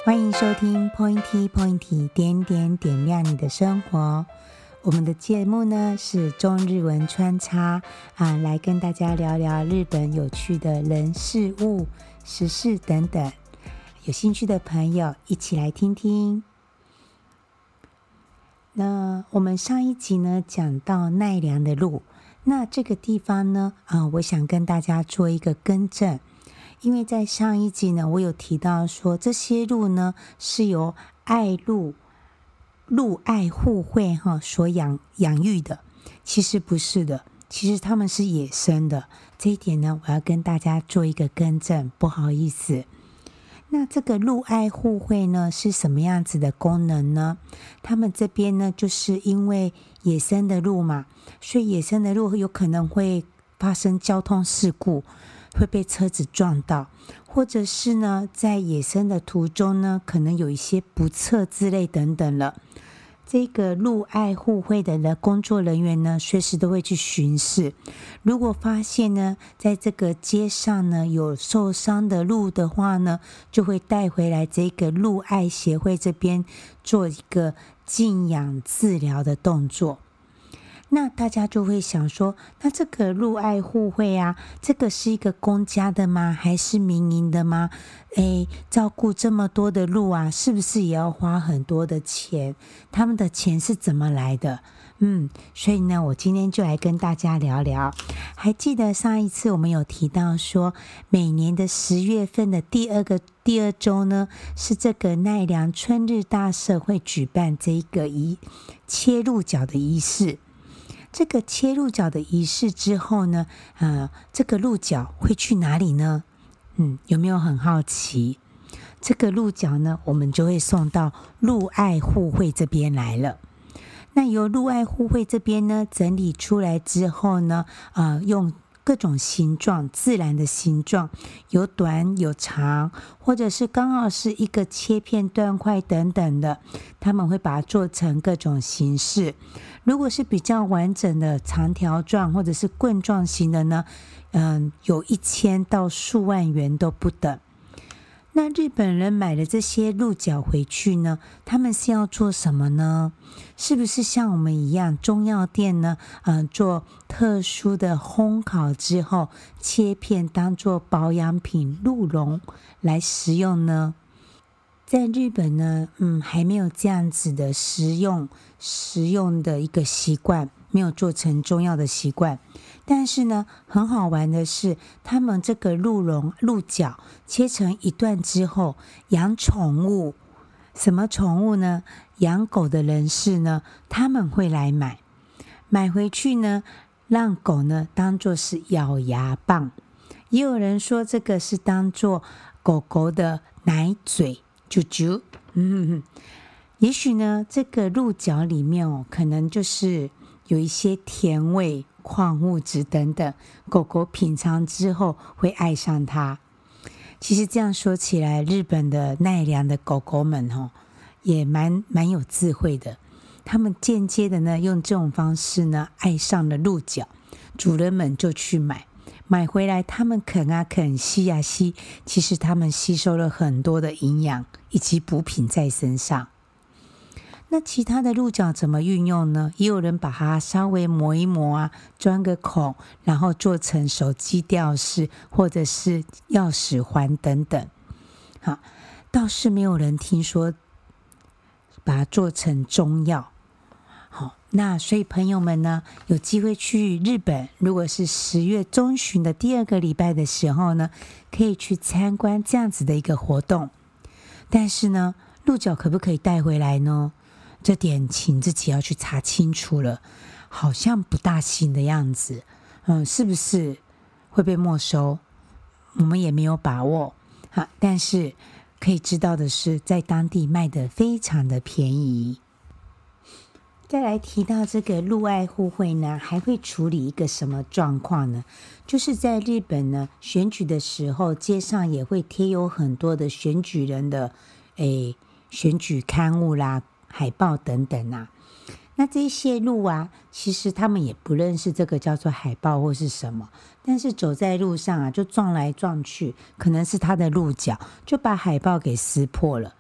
欢迎收听 Pointy Pointy 点点点亮你的生活。我们的节目呢是中日文穿插来跟大家聊聊日本有趣的人事物、时事等等。有兴趣的朋友一起来听听。那我们上一集呢讲到奈良的路，那这个地方呢我想跟大家做一个更正。因为在上一集呢，我有提到说这些鹿呢是由鹿爱护会所养育的，其实不是的，其实他们是野生的。这一点呢，我要跟大家做一个更正，不好意思。那这个鹿爱护会呢是什么样子的功能呢？他们这边呢就是因为野生的鹿嘛，所以野生的鹿有可能会发生交通事故，会被车子撞到，或者是呢在野生的途中呢可能有一些不测之类等等了。这个鹿爱护会的工作人员呢随时都会去巡视，如果发现呢在这个街上呢有受伤的鹿的话呢，就会带回来这个鹿爱协会这边做一个静养治疗的动作。那大家就会想说，那这个鹿爱护会这个是一个公家的吗？还是民营的吗？照顾这么多的鹿是不是也要花很多的钱？他们的钱是怎么来的？所以呢，我今天就来跟大家聊聊。还记得上一次我们有提到说，每年的10月份的第二周呢，是这个奈良春日大社会举办这个切鹿角的仪式。这个切鹿角的仪式之后呢，这个鹿角会去哪里呢？有没有很好奇？这个鹿角呢，我们就会送到鹿爱护会这边来了。那由鹿爱护会这边呢整理出来之后呢，用各种形状，自然的形状，有短有长，或者是刚好是一个切片断块等等的，他们会把它做成各种形式。如果是比较完整的长条状或者是棍状型的呢，有1000到数万元都不等。那日本人买了这些鹿角回去呢，他们是要做什么呢？是不是像我们一样，中药店呢，做特殊的烘烤之后，切片当做保养品鹿茸来食用呢？在日本呢，还没有这样子的食用的一个习惯，没有做成中药的习惯。但是呢，很好玩的是，他们这个鹿角切成一段之后，养宠物，什么宠物呢？养狗的人士呢，他们会来买回去呢，让狗呢当作是咬牙棒。也有人说这个是当作狗狗的奶嘴，啾啾。也许呢，这个鹿角里面可能就是有一些甜味、矿物质等等，狗狗品尝之后会爱上它。其实这样说起来，日本的奈良的狗狗们也蛮有智慧的，他们间接的呢用这种方式呢爱上了鹿角，主人们就去买回来，他们啃吸吸，其实他们吸收了很多的营养以及补品在身上。那其他的鹿角怎么运用呢？也有人把它稍微磨一磨钻个孔，然后做成手机吊饰或者是钥匙环等等。好，倒是没有人听说把它做成中药。好，那所以朋友们呢，有机会去日本，如果是10月中旬的第2个礼拜的时候呢，可以去参观这样子的一个活动。但是呢，鹿角可不可以带回来呢？这点请自己要去查清楚了，好像不大行的样子。是不是会被没收？我们也没有把握。但是可以知道的是，在当地卖得非常的便宜。再来提到这个鹿爱护会呢，还会处理一个什么状况呢？就是在日本呢，选举的时候，街上也会贴有很多的选举人的选举刊物啦、海报等等那这些鹿其实他们也不认识这个叫做海报或是什么，但是走在路上就撞来撞去，可能是他的鹿角，就把海报给撕破了。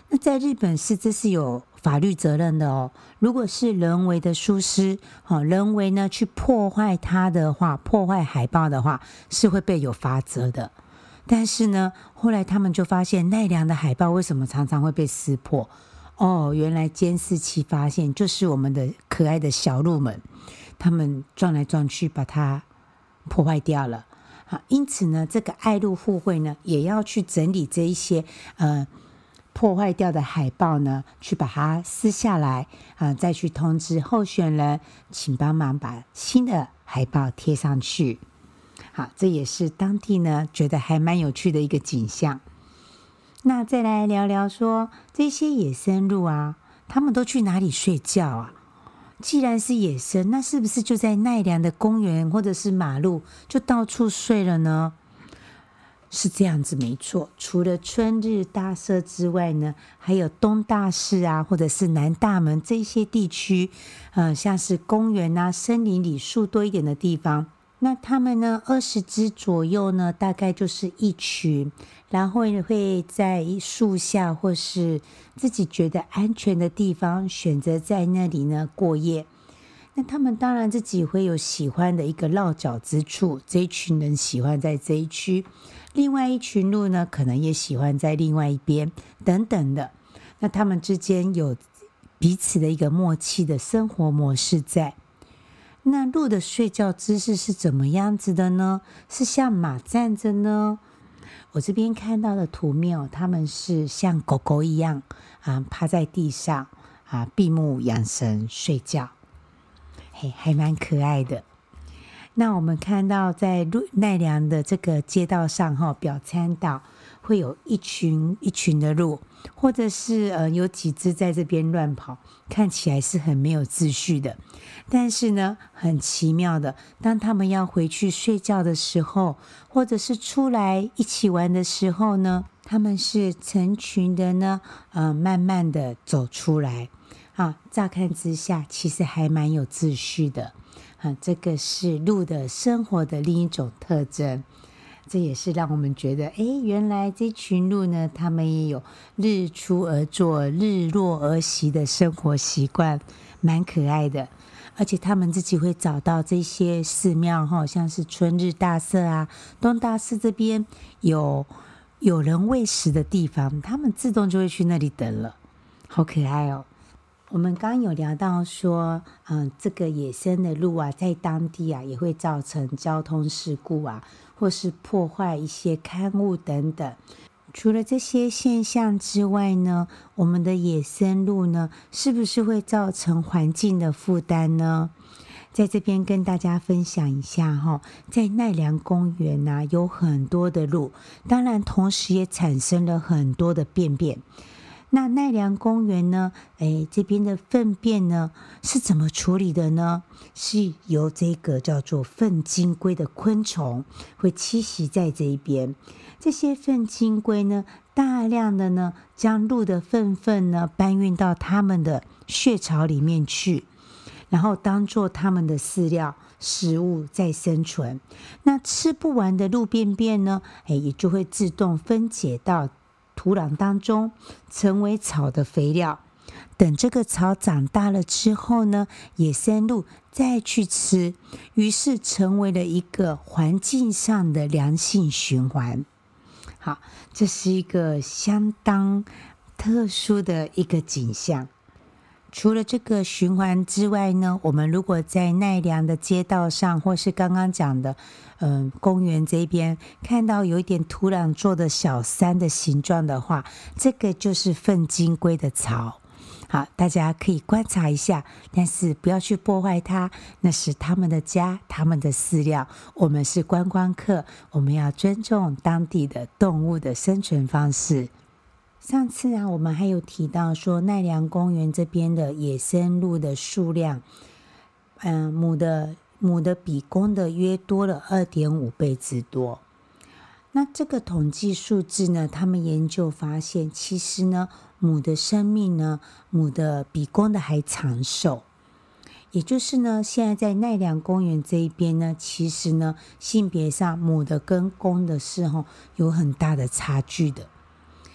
那在日本这是有法律责任的哦。如果是人为的疏失，人为呢去破坏它的话，破坏海报的话，是会被有罚则的。但是呢，后来他们就发现奈良的海报为什么常常会被撕破？原来监视器发现就是我们的可爱的小鹿们，他们撞来撞去把它破坏掉了。因此呢，这个爱鹿护会呢也要去整理这一些破坏掉的海报呢，去把它撕下来再去通知候选人，请帮忙把新的海报贴上去。好，这也是当地呢觉得还蛮有趣的一个景象。那再来聊聊说这些野生鹿啊，他们都去哪里睡觉啊？既然是野生，那是不是就在奈良的公园或者是马路就到处睡了呢？是这样子没错，除了春日大社之外呢，还有东大寺啊，或者是南大门这些地区，像是公园啊、森林里树多一点的地方，那他们呢20只左右呢，大概就是一群，然后会在树下或是自己觉得安全的地方，选择在那里呢过夜。那他们当然自己会有喜欢的一个落脚之处，这一群人喜欢在这一区，另外一群鹿呢可能也喜欢在另外一边等等的。那他们之间有彼此的一个默契的生活模式在。那鹿的睡觉姿势是怎么样子的呢？是像马站着呢？我这边看到的图面他们是像狗狗一样趴在地上闭目养神睡觉，还蛮可爱的。那我们看到在奈良的这个街道上表参道会有一群一群的鹿，或者是有几只在这边乱跑，看起来是很没有秩序的。但是呢，很奇妙的，当他们要回去睡觉的时候，或者是出来一起玩的时候呢，他们是成群的呢，慢慢的走出来。乍看之下，其实还蛮有秩序的。这个是鹿的生活的另一种特征。这也是让我们觉得，原来这群鹿呢，他们也有日出而作、日落而息的生活习惯，蛮可爱的。而且他们自己会找到这些寺庙像是春日大社啊、东大寺这边有人喂食的地方，他们自动就会去那里等了，好可爱哦。我们刚刚有聊到说，这个野生的鹿在当地也会造成交通事故或是破坏一些刊物等等。除了这些现象之外呢，我们的野生鹿呢，是不是会造成环境的负担呢？在这边跟大家分享一下在奈良公园有很多的鹿，当然同时也产生了很多的便便。那奈良公园呢，这边的粪便呢是怎么处理的呢？是由这个叫做粪金龟的昆虫会栖息在这一边。这些粪金龟呢，大量的呢将鹿的粪呢搬运到他们的血槽里面去，然后当做他们的饲料食物在生存。那吃不完的鹿便便呢，也就会自动分解到土壤当中，成为草的肥料。等这个草长大了之后呢，野生鹿再去吃，于是成为了一个环境上的良性循环。好，这是一个相当特殊的一个景象。除了这个循环之外呢，我们如果在奈良的街道上，或是刚刚讲的公园这边看到有一点土壤做的小山的形状的话，这个就是粪金龟的巢。好，大家可以观察一下，但是不要去破坏它，那是他们的家，他们的饲料。我们是观光客，我们要尊重当地的动物的生存方式。上次我们还有提到说奈良公园这边的野生鹿的数量，母的比公的约多了 2.5 倍之多。那这个统计数字呢，他们研究发现，其实呢，母的生命呢，母的比公的还长寿。也就是呢，现在在奈良公园这一边呢，其实呢，性别上母的跟公的是有很大的差距的。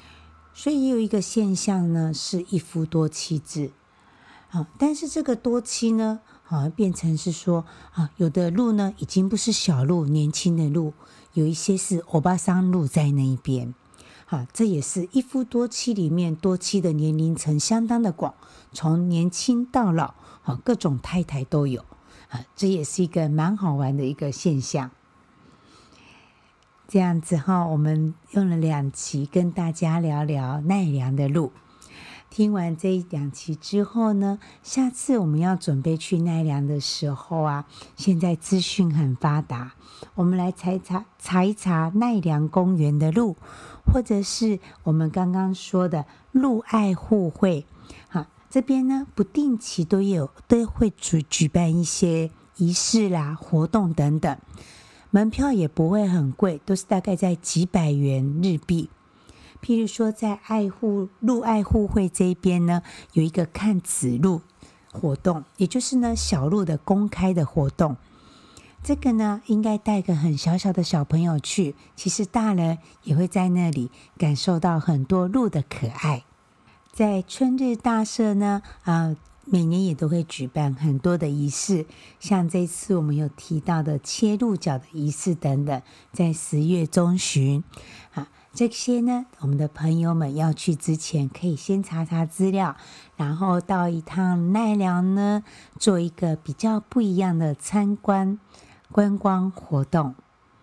所以也有一个现象呢，是一夫多妻制。但是这个多妻呢，变成是说有的鹿呢已经不是小鹿，年轻的鹿，有一些是欧巴桑鹿在那一边。这也是一夫多妻里面多妻的年龄层相当的广，从年轻到老，各种太太都有。这也是一个蛮好玩的一个现象。这样子我们用了2期跟大家聊聊奈良的鹿。听完这2期之后呢，下次我们要准备去奈良的时候现在资讯很发达，我们来查一查奈良公园的鹿，或者是我们刚刚说的鹿爱护会。这边呢不定期都会举办一些仪式啦、活动等等，门票也不会很贵，都是大概在几百元日币。譬如说在鹿爱护会这一边呢，有一个看子鹿活动，也就是呢小鹿的公开的活动。这个呢应该带个很小小的小朋友去，其实大人也会在那里感受到很多鹿的可爱。在春日大社呢每年也都会举办很多的仪式，像这次我们有提到的切鹿角的仪式等等，在10月中旬。这些呢，我们的朋友们要去之前可以先查查资料，然后到一趟奈良呢，做一个比较不一样的观光活动。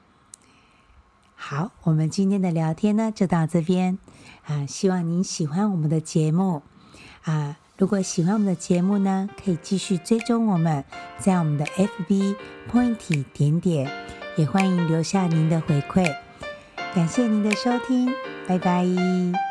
好，我们今天的聊天呢就到这边希望您喜欢我们的节目如果喜欢我们的节目呢，可以继续追踪我们，在我们的 FB Pointy 点，也欢迎留下您的回馈。感谢您的收听，拜拜。